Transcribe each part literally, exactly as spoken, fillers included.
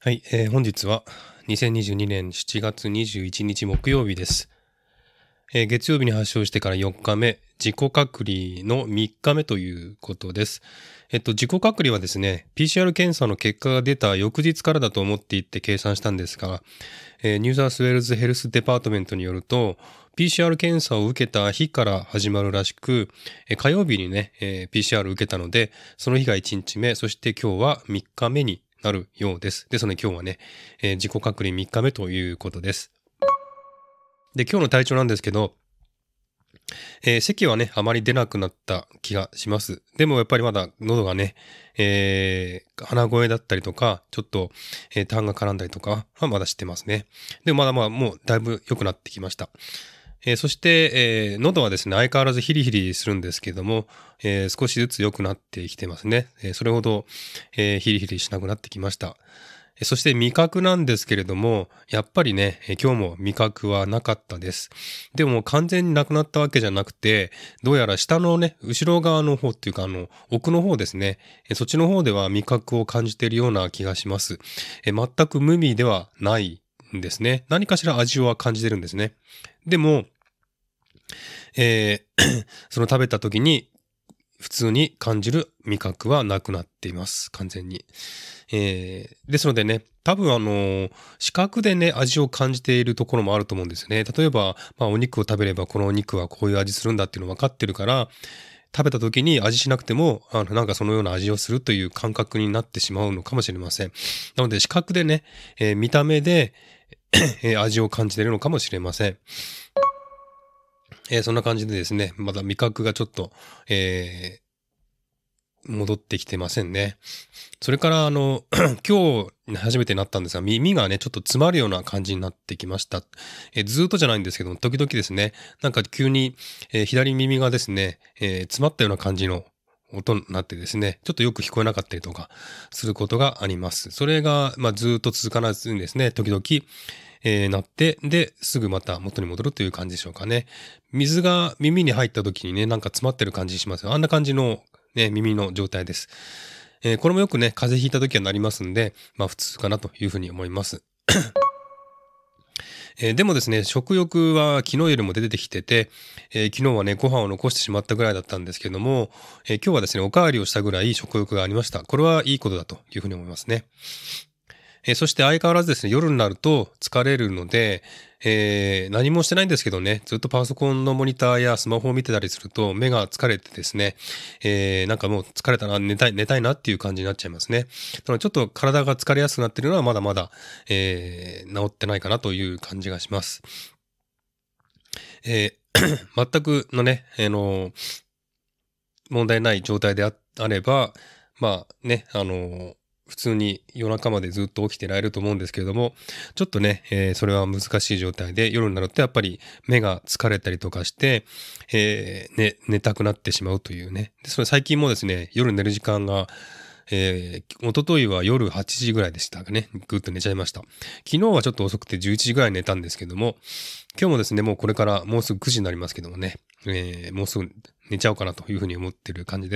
はい、えー本日はにせんにじゅうにねんしちがつにじゅういちにち木曜日です。えー月曜日に発症してからよっかめ、自己隔離のみっかめということです。えっと、自己隔離はですね、ピーシーアール 検査の結果が出た翌日からだと思っていって計算したんですが、えーニューサウスウェールズヘルスデパートメントによると、ピーシーアール 検査を受けた日から始まるらしく、えー火曜日にね、えー ピーシーアール 受けたので、その日がいちにちめ、そして今日はみっかめになるようです。ですので今日はね、えー自己隔離みっかめということです。で、今日の体調なんですけど、えー咳はね、あまり出なくなった気がします。でもやっぱりまだ喉がね、えー鼻声だったりとか、ちょっと、えー痰が絡んだりとかはまだしてますね。でもまだまあもうだいぶ良くなってきました。えーそして、えー喉はですね、相変わらずヒリヒリするんですけども、えー少しずつ良くなってきてますね。えーそれほど、えーヒリヒリしなくなってきました。えーそして味覚なんですけれども、やっぱりね、えー今日も味覚はなかったです。でも完全になくなったわけじゃなくて、どうやら下のね、後ろ側の方っていうか、あの、奥の方ですね。えーそっちの方では味覚を感じているような気がします。えー全く無味ではないんですね。何かしら味は感じてるんですね。でも、えーその食べた時に普通に感じる味覚はなくなっています。完全に。えーですのでね、多分あの、視覚でね、味を感じているところもあると思うんですよね。例えば、まあお肉を食べればこのお肉はこういう味するんだっていうの分かってるから、食べた時に味しなくても、あの、なんかそのような味をするという感覚になってしまうのかもしれません。なので視覚でね、えー見た目で、えー味を感じているのかもしれません。えーそんな感じでですね、まだ味覚がちょっと、えー戻ってきてませんね。それから、あの、今日初めてなったんですが、耳がね、ちょっと詰まるような感じになってきました。えーずーっとじゃないんですけども、時々ですね、なんか急に、えー左耳がですね、えー詰まったような感じの音になってですね、ちょっとよく聞こえなかったりとかすることがあります。それが、まあ、ずーっと続かずにですね、時々、えーなって、で、すぐまた元に戻るという感じでしょうかね。水が耳に入った時にね、なんか詰まってる感じしますよ。あんな感じの、ね、耳の状態です。えーこれもよくね、風邪ひいた時はなりますんで、まあ普通かなというふうに思います。えーでもですね、食欲は昨日よりも出てきてて、えー昨日はね、ご飯を残してしまったぐらいだったんですけども、えー今日はですね、おかわりをしたぐらい食欲がありました。これはいいことだというふうに思いますね。えーそして相変わらずですね、夜になると疲れるので、えー何もしてないんですけどね、ずっとパソコンのモニターやスマホを見てたりすると目が疲れてですね、えーなんかもう疲れたな、寝たい、寝たいなっていう感じになっちゃいますね。なのでちょっと体が疲れやすくなっているのはまだまだ、えー治ってないかなという感じがします。えー全くのね、あの、問題ない状態でああれば、まあね、あの、普通に夜中までずっと起きてられると思うんですけれども、ちょっとね、えーそれは難しい状態で、夜になるとやっぱり目が疲れたりとかして、えーね、寝たくなってしまうというね。で、それ最近もですね、夜寝る時間が、えー、一昨日は夜はちじぐらいでしたかね。ぐっと寝ちゃいました。昨日はちょっと遅くてじゅういちじぐらい寝たんですけども、今日もですね、もうこれからもうすぐくじになりますけどもね、えーもうすぐ寝ちゃおうかなというふうに思ってる感じです。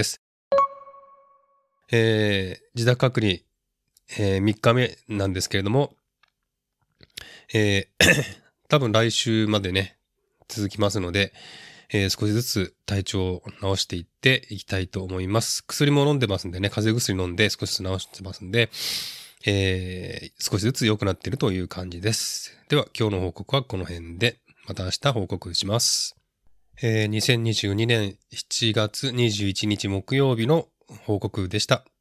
えー自宅隔離、えーみっかめなんですけれども、えー多分来週までね、続きますので、えー少しずつ体調を治していっていきたいと思います。薬も飲んでますんでね、風邪薬飲んで少しずつ治してますんで、えー少しずつ良くなっているという感じです。では、今日の報告はこの辺で、また明日報告します。えーにせんにじゅうにねんしちがつにじゅういちにち木曜日の報告でした。